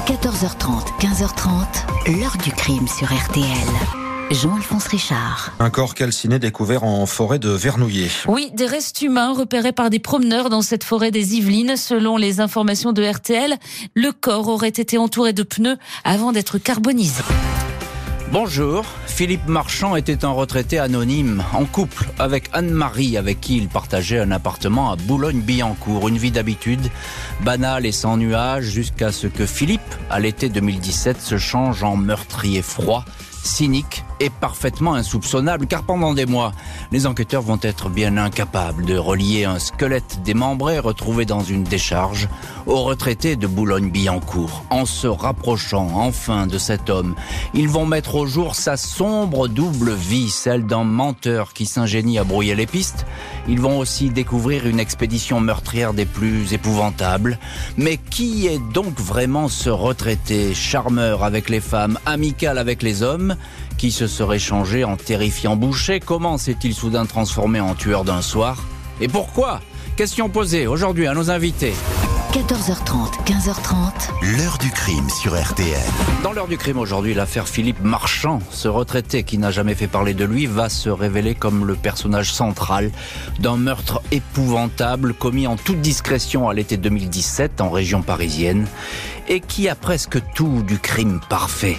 14h30, 15h30, l'heure du crime sur RTL. Jean-Alphonse Richard. Un corps calciné découvert en forêt de Vernouillet. Oui, des restes humains repérés par des promeneurs dans cette forêt des Yvelines. Selon les informations de RTL, le corps aurait été entouré de pneus avant d'être carbonisé. Bonjour, Philippe Marchand était un retraité anonyme, en couple avec Anne-Marie, avec qui il partageait un appartement à Boulogne-Billancourt. Une vie d'habitude, banale et sans nuages, jusqu'à ce que Philippe, à l'été 2017, se change en meurtrier froid, cynique et parfaitement insoupçonnable, car pendant des mois, les enquêteurs vont être bien incapables de relier un squelette démembré retrouvé dans une décharge au retraité de Boulogne-Billancourt. En se rapprochant enfin de cet homme, ils vont mettre au jour sa sombre double vie, celle d'un menteur qui s'ingénie à brouiller les pistes. Ils vont aussi découvrir une expédition meurtrière des plus épouvantables. Mais qui est donc vraiment ce retraité, charmeur avec les femmes, amical avec les hommes, qui se serait changé en terrifiant boucher? Comment s'est-il soudain transformé en tueur d'un soir? Et pourquoi? Question posée aujourd'hui à nos invités. 14h30, 15h30, l'heure du crime sur RTL. Dans l'heure du crime aujourd'hui, l'affaire Philippe Marchand, ce retraité qui n'a jamais fait parler de lui, va se révéler comme le personnage central d'un meurtre épouvantable commis en toute discrétion à l'été 2017 en région parisienne et qui a presque tout du crime parfait.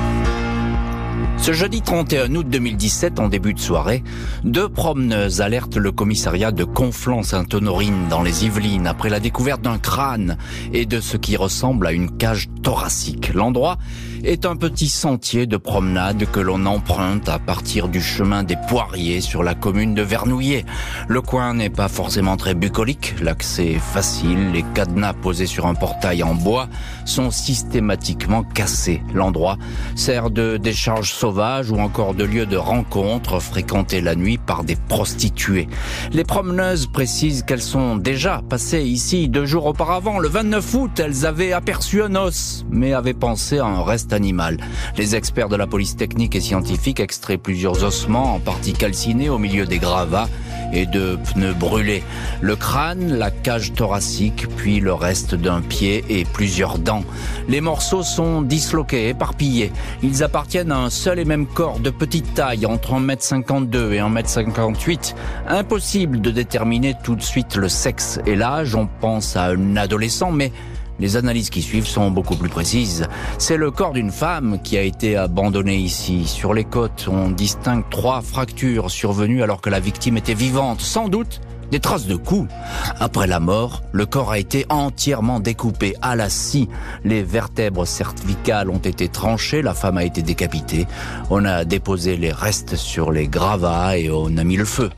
Ce jeudi 31 août 2017, en début de soirée, deux promeneuses alertent le commissariat de Conflans-Sainte-Honorine dans les Yvelines après la découverte d'un crâne et de ce qui ressemble à une cage thoracique. L'endroit est un petit sentier de promenade que l'on emprunte à partir du chemin des Poiriers sur la commune de Vernouillet. Le coin n'est pas forcément très bucolique, l'accès est facile, les cadenas posés sur un portail en bois sont systématiquement cassés. L'endroit sert de décharge sauvage ou encore de lieu de rencontre fréquenté la nuit par des prostituées. Les promeneuses précisent qu'elles sont déjà passées ici 2 jours auparavant. Le 29 août, elles avaient aperçu un os, mais avaient pensé à un reste animal. Les experts de la police technique et scientifique extraient plusieurs ossements, en partie calcinés au milieu des gravats et de pneus brûlés. Le crâne, la cage thoracique, puis le reste d'un pied et plusieurs dents. Les morceaux sont disloqués, éparpillés. Ils appartiennent à un seul et même corps de petite taille, entre 1m52 et 1m58. Impossible de déterminer tout de suite le sexe et l'âge. On pense à un adolescent, mais les analyses qui suivent sont beaucoup plus précises. C'est le corps d'une femme qui a été abandonné ici. Sur les côtes, on distingue 3 fractures survenues alors que la victime était vivante. Sans doute des traces de coups. Après la mort, le corps a été entièrement découpé à la scie. Les vertèbres cervicales ont été tranchées, la femme a été décapitée. On a déposé les restes sur les gravats et on a mis le feu.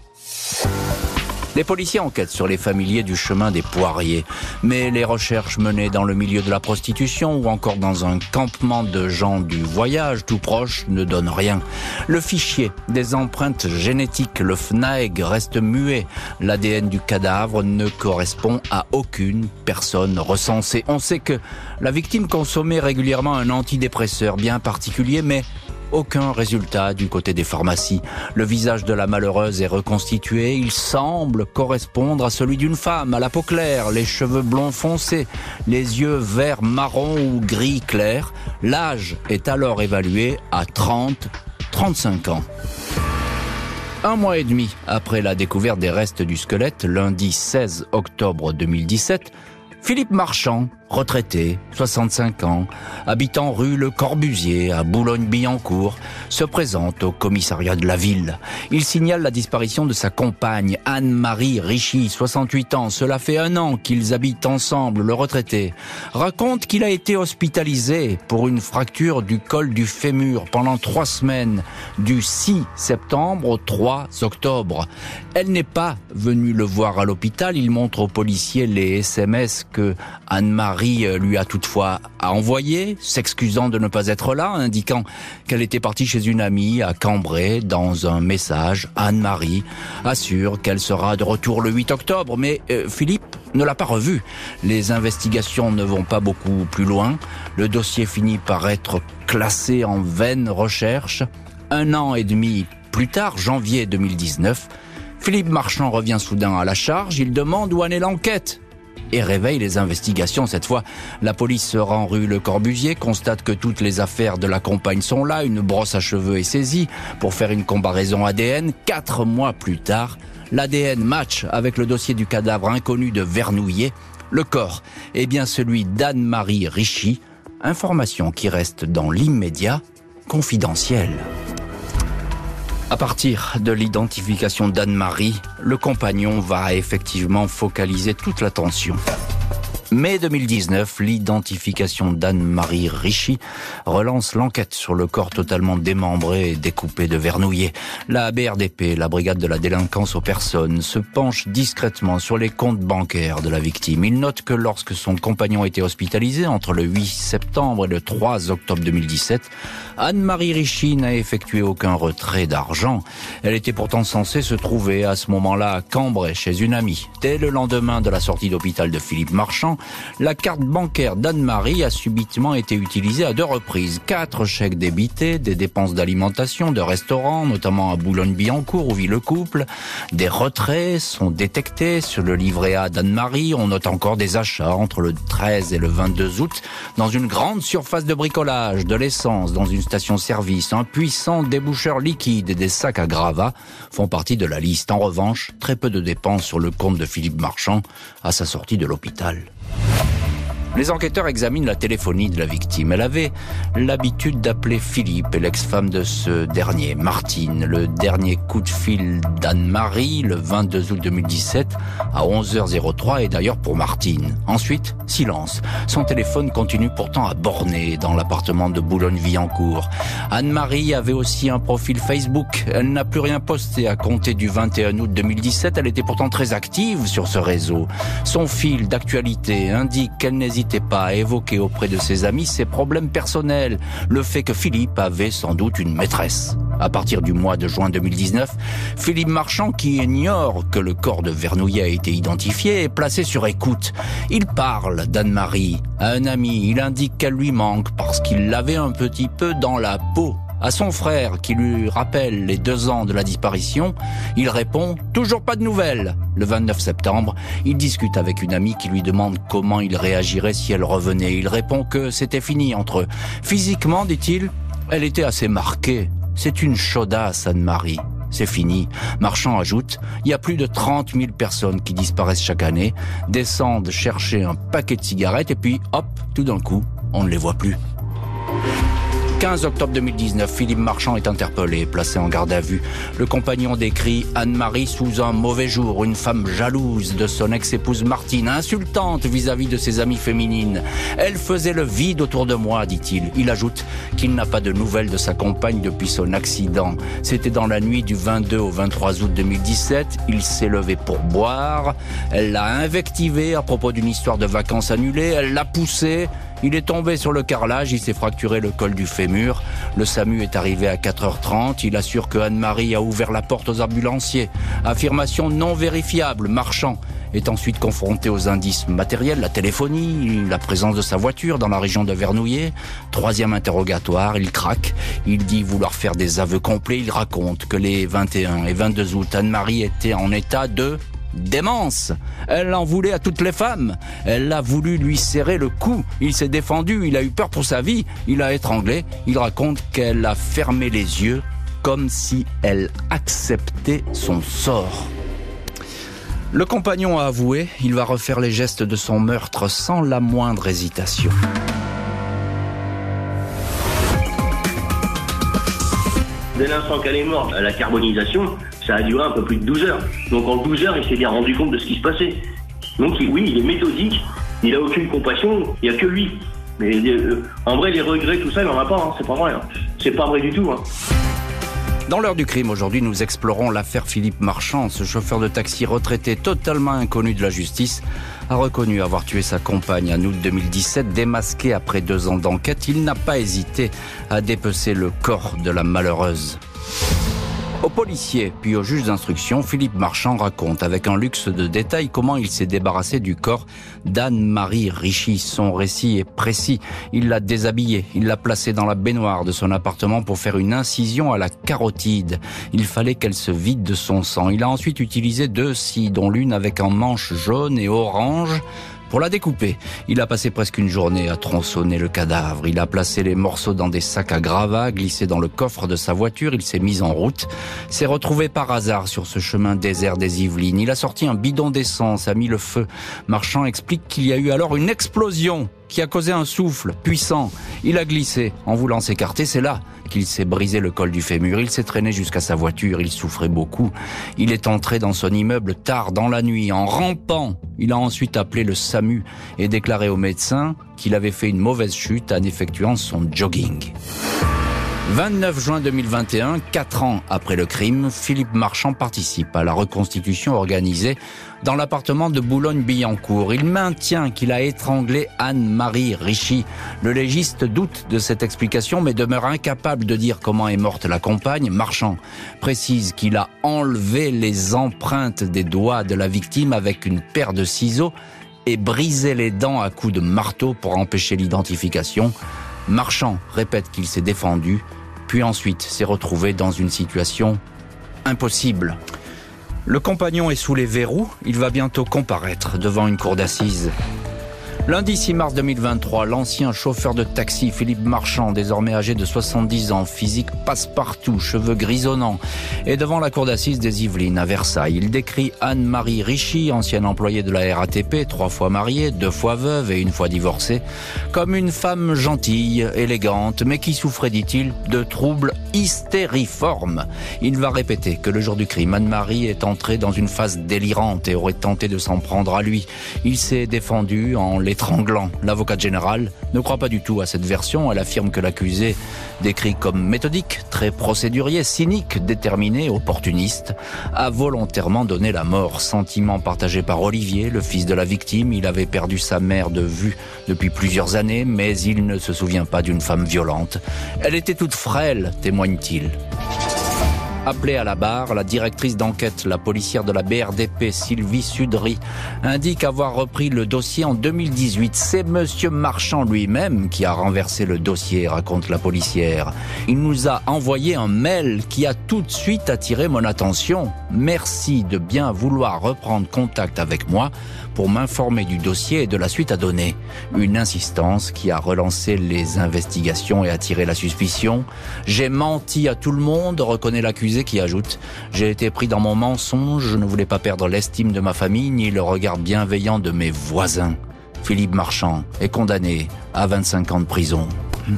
Les policiers enquêtent sur les familiers du chemin des Poiriers, mais les recherches menées dans le milieu de la prostitution ou encore dans un campement de gens du voyage tout proche ne donnent rien. Le fichier des empreintes génétiques, le FNAEG, reste muet. L'ADN du cadavre ne correspond à aucune personne recensée. On sait que la victime consommait régulièrement un antidépresseur bien particulier, mais aucun résultat du côté des pharmacies. Le visage de la malheureuse est reconstitué. Il semble correspondre à celui d'une femme, à la peau claire, les cheveux blonds foncés, les yeux vert marron ou gris clair. L'âge est alors évalué à 30-35 ans. 1 mois et demi après la découverte des restes du squelette, lundi 16 octobre 2017, Philippe Marchand, retraité, 65 ans, habitant rue Le Corbusier à Boulogne-Billancourt, se présente au commissariat de la ville. Il signale la disparition de sa compagne Anne-Marie Richy, 68 ans. Cela fait 1 an qu'ils habitent ensemble. Le retraité raconte qu'il a été hospitalisé pour une fracture du col du fémur pendant 3 semaines, du 6 septembre au 3 octobre. Elle n'est pas venue le voir à l'hôpital. Il montre aux policiers les SMS que Anne-Marie lui a toutefois envoyé, s'excusant de ne pas être là, indiquant qu'elle était partie chez une amie à Cambrai. Dans un message, Anne-Marie assure qu'elle sera de retour le 8 octobre, mais Philippe ne l'a pas revue. Les investigations ne vont pas beaucoup plus loin. Le dossier finit par être classé en vaine recherche. 1 an et demi plus tard, janvier 2019, Philippe Marchand revient soudain à la charge. Il demande où en est l'enquête. et réveille les investigations. Cette fois, la police se rend rue Le Corbusier, constate que toutes les affaires de la compagne sont là, une brosse à cheveux est saisie pour faire une comparaison ADN. 4 mois plus tard, l'ADN match avec le dossier du cadavre inconnu de Vernouillet. Le corps est bien celui d'Anne-Marie Richy, information qui reste dans l'immédiat confidentielle. À partir de l'identification d'Anne-Marie, le compagnon va effectivement focaliser toute l'attention. Mai 2019, l'identification d'Anne-Marie Richy relance l'enquête sur le corps totalement démembré et découpé de Vernouillet. La BRDP, la brigade de la délinquance aux personnes, se penche discrètement sur les comptes bancaires de la victime. Il note que lorsque son compagnon était hospitalisé entre le 8 septembre et le 3 octobre 2017, Anne-Marie Richy n'a effectué aucun retrait d'argent. Elle était pourtant censée se trouver à ce moment-là à Cambrai chez une amie. Dès le lendemain de la sortie d'hôpital de Philippe Marchand, la carte bancaire d'Anne-Marie a subitement été utilisée à 2 reprises. 4 chèques débités, des dépenses d'alimentation, de restaurants, notamment à Boulogne-Billancourt où vit le couple. Des retraits sont détectés sur le livret A d'Anne-Marie. On note encore des achats entre le 13 et le 22 août dans une grande surface de bricolage, de l'essence dans une station-service. Un puissant déboucheur liquide et des sacs à gravats font partie de la liste. En revanche, très peu de dépenses sur le compte de Philippe Marchand à sa sortie de l'hôpital. Les enquêteurs examinent la téléphonie de la victime. Elle avait l'habitude d'appeler Philippe et l'ex-femme de ce dernier, Martine. Le dernier coup de fil d'Anne-Marie, le 22 août 2017, à 11h03, est d'ailleurs pour Martine. Ensuite, silence. Son téléphone continue pourtant à borner dans l'appartement de Boulogne-Billancourt. Anne-Marie avait aussi un profil Facebook. Elle n'a plus rien posté à compter du 21 août 2017. Elle était pourtant très active sur ce réseau. Son fil d'actualité indique qu'elle n'hésite pas à évoquer auprès de ses amis ses problèmes personnels, le fait que Philippe avait sans doute une maîtresse. À partir du mois de juin 2019, Philippe Marchand, qui ignore que le corps de Vernouillet a été identifié, est placé sur écoute. Il parle d'Anne-Marie à un ami, il indique qu'elle lui manque parce qu'il l'avait un petit peu dans la peau. À son frère, qui lui rappelle les 2 ans de la disparition, il répond « Toujours pas de nouvelles ». Le 29 septembre, il discute avec une amie qui lui demande comment il réagirait si elle revenait. Il répond que c'était fini entre eux. Physiquement, dit-il, elle était assez marquée. C'est une chaudasse, Anne-Marie. C'est fini. Marchand ajoute, il y a plus de 30 000 personnes qui disparaissent chaque année, descendent chercher un paquet de cigarettes et puis, hop, tout d'un coup, on ne les voit plus. 15 octobre 2019, Philippe Marchand est interpellé, placé en garde à vue. Le compagnon décrit Anne-Marie sous un mauvais jour, une femme jalouse de son ex-épouse Martine, insultante vis-à-vis de ses amies féminines. Elle faisait le vide autour de moi, dit-il. Il ajoute qu'il n'a pas de nouvelles de sa compagne depuis son accident. C'était dans la nuit du 22 au 23 août 2017. Il s'est levé pour boire. Elle l'a invectivé à propos d'une histoire de vacances annulées. Elle l'a poussé. Il est tombé sur le carrelage, il s'est fracturé le col du fémur. Le SAMU est arrivé à 4h30. Il assure que Anne-Marie a ouvert la porte aux ambulanciers. Affirmation non vérifiable. Marchand est ensuite confronté aux indices matériels, la téléphonie, la présence de sa voiture dans la région de Vernouillet. 3e interrogatoire, il craque. Il dit vouloir faire des aveux complets. Il raconte que les 21 et 22 août, Anne-Marie était en état de démence. Elle en voulait à toutes les femmes. Elle a voulu lui serrer le cou. Il s'est défendu, il a eu peur pour sa vie. Il a étranglé. Il raconte qu'elle a fermé les yeux comme si elle acceptait son sort. Le compagnon a avoué, il va refaire les gestes de son meurtre sans la moindre hésitation. Dès l'instant qu'elle est morte, la carbonisation, ça a duré un peu plus de 12 heures. Donc en 12 heures, il s'est bien rendu compte de ce qui se passait. Donc oui, il est méthodique, il a aucune compassion, il n'y a que lui. Mais en vrai, les regrets, tout ça, il n'en a pas, hein. C'est pas vrai. Hein. C'est pas vrai du tout. Hein. Dans l'heure du crime, aujourd'hui, nous explorons l'affaire Philippe Marchand. Ce chauffeur de taxi retraité totalement inconnu de la justice a reconnu avoir tué sa compagne en août 2017. Démasqué après 2 ans d'enquête, il n'a pas hésité à dépecer le corps de la malheureuse. Au policier, puis au juge d'instruction, Philippe Marchand raconte avec un luxe de détails comment il s'est débarrassé du corps d'Anne-Marie Richy. Son récit est précis. Il l'a déshabillée, il l'a placée dans la baignoire de son appartement pour faire une incision à la carotide. Il fallait qu'elle se vide de son sang. Il a ensuite utilisé 2 scies, dont l'une avec un manche jaune et orange, pour la découper. Il a passé presque une journée à tronçonner le cadavre. Il a placé les morceaux dans des sacs à gravats, glissés dans le coffre de sa voiture. Il s'est mis en route, s'est retrouvé par hasard sur ce chemin désert des Yvelines. Il a sorti un bidon d'essence, a mis le feu. Marchand explique qu'il y a eu alors une explosion qui a causé un souffle puissant. Il a glissé en voulant s'écarter. C'est là qu'il s'est brisé le col du fémur. Il s'est traîné jusqu'à sa voiture. Il souffrait beaucoup. Il est entré dans son immeuble tard dans la nuit, en rampant. Il a ensuite appelé le SAMU et déclaré au médecin qu'il avait fait une mauvaise chute en effectuant son jogging. 29 juin 2021, 4 ans après le crime, Philippe Marchand participe à la reconstitution organisée dans l'appartement de Boulogne-Billancourt. Il maintient qu'il a étranglé Anne-Marie Richy. Le légiste doute de cette explication mais demeure incapable de dire comment est morte la compagne. Marchand précise qu'il a enlevé les empreintes des doigts de la victime avec une paire de ciseaux et brisé les dents à coups de marteau pour empêcher l'identification. Marchand répète qu'il s'est défendu, puis ensuite s'est retrouvé dans une situation impossible. Le compagnon est sous les verrous, il va bientôt comparaître devant une cour d'assises. Lundi 6 mars 2023, l'ancien chauffeur de taxi Philippe Marchand, désormais âgé de 70 ans, physique passe-partout, cheveux grisonnants, est devant la cour d'assises des Yvelines à Versailles. Il décrit Anne-Marie Richy, ancienne employée de la RATP, 3 fois mariée, 2 fois veuve et 1 fois divorcée, comme une femme gentille, élégante, mais qui souffrait, dit-il, de troubles hystériformes. Il va répéter que le jour du crime, Anne-Marie est entrée dans une phase délirante et aurait tenté de s'en prendre à lui. Il s'est défendu en l'étranglant. L'avocate générale ne croit pas du tout à cette version. Elle affirme que l'accusé, décrit comme méthodique, très procédurier, cynique, déterminé, opportuniste, a volontairement donné la mort. Sentiment partagé par Olivier, le fils de la victime. Il avait perdu sa mère de vue depuis plusieurs années, mais il ne se souvient pas d'une femme violente. Elle était toute frêle, témoigne-t-il. Appelée à la barre, la directrice d'enquête, la policière de la BRDP, Sylvie Sudry, indique avoir repris le dossier en 2018. C'est monsieur Marchand lui-même qui a renversé le dossier, raconte la policière. Il nous a envoyé un mail qui a tout de suite attiré mon attention. Merci de bien vouloir reprendre contact avec moi pour m'informer du dossier et de la suite à donner. Une insistance qui a relancé les investigations et attiré la suspicion. J'ai menti à tout le monde, reconnaît l'accusé qui ajoute « J'ai été pris dans mon mensonge, je ne voulais pas perdre l'estime de ma famille ni le regard bienveillant de mes voisins. » Philippe Marchand est condamné à 25 ans de prison.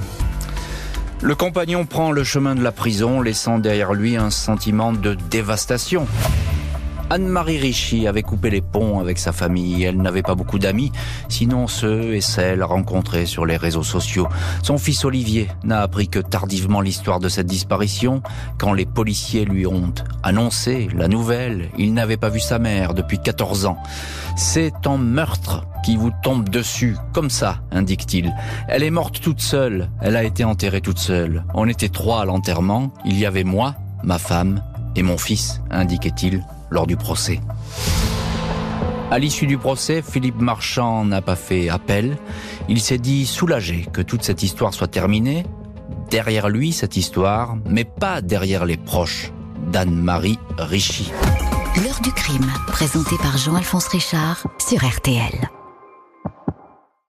Le compagnon prend le chemin de la prison, laissant derrière lui un sentiment de dévastation. Anne-Marie Richy avait coupé les ponts avec sa famille. Elle n'avait pas beaucoup d'amis, sinon ceux et celles rencontrés sur les réseaux sociaux. Son fils Olivier n'a appris que tardivement l'histoire de cette disparition. Quand les policiers lui ont annoncé la nouvelle, il n'avait pas vu sa mère depuis 14 ans. C'est un meurtre qui vous tombe dessus, comme ça, indique-t-il. Elle est morte toute seule, elle a été enterrée toute seule. On était 3 à l'enterrement, il y avait moi, ma femme et mon fils, indiquait-il lors du procès. À l'issue du procès, Philippe Marchand n'a pas fait appel. Il s'est dit soulagé que toute cette histoire soit terminée. Derrière lui, cette histoire, mais pas derrière les proches d'Anne-Marie Richy. L'heure du crime, présenté par Jean-Alphonse Richard sur RTL.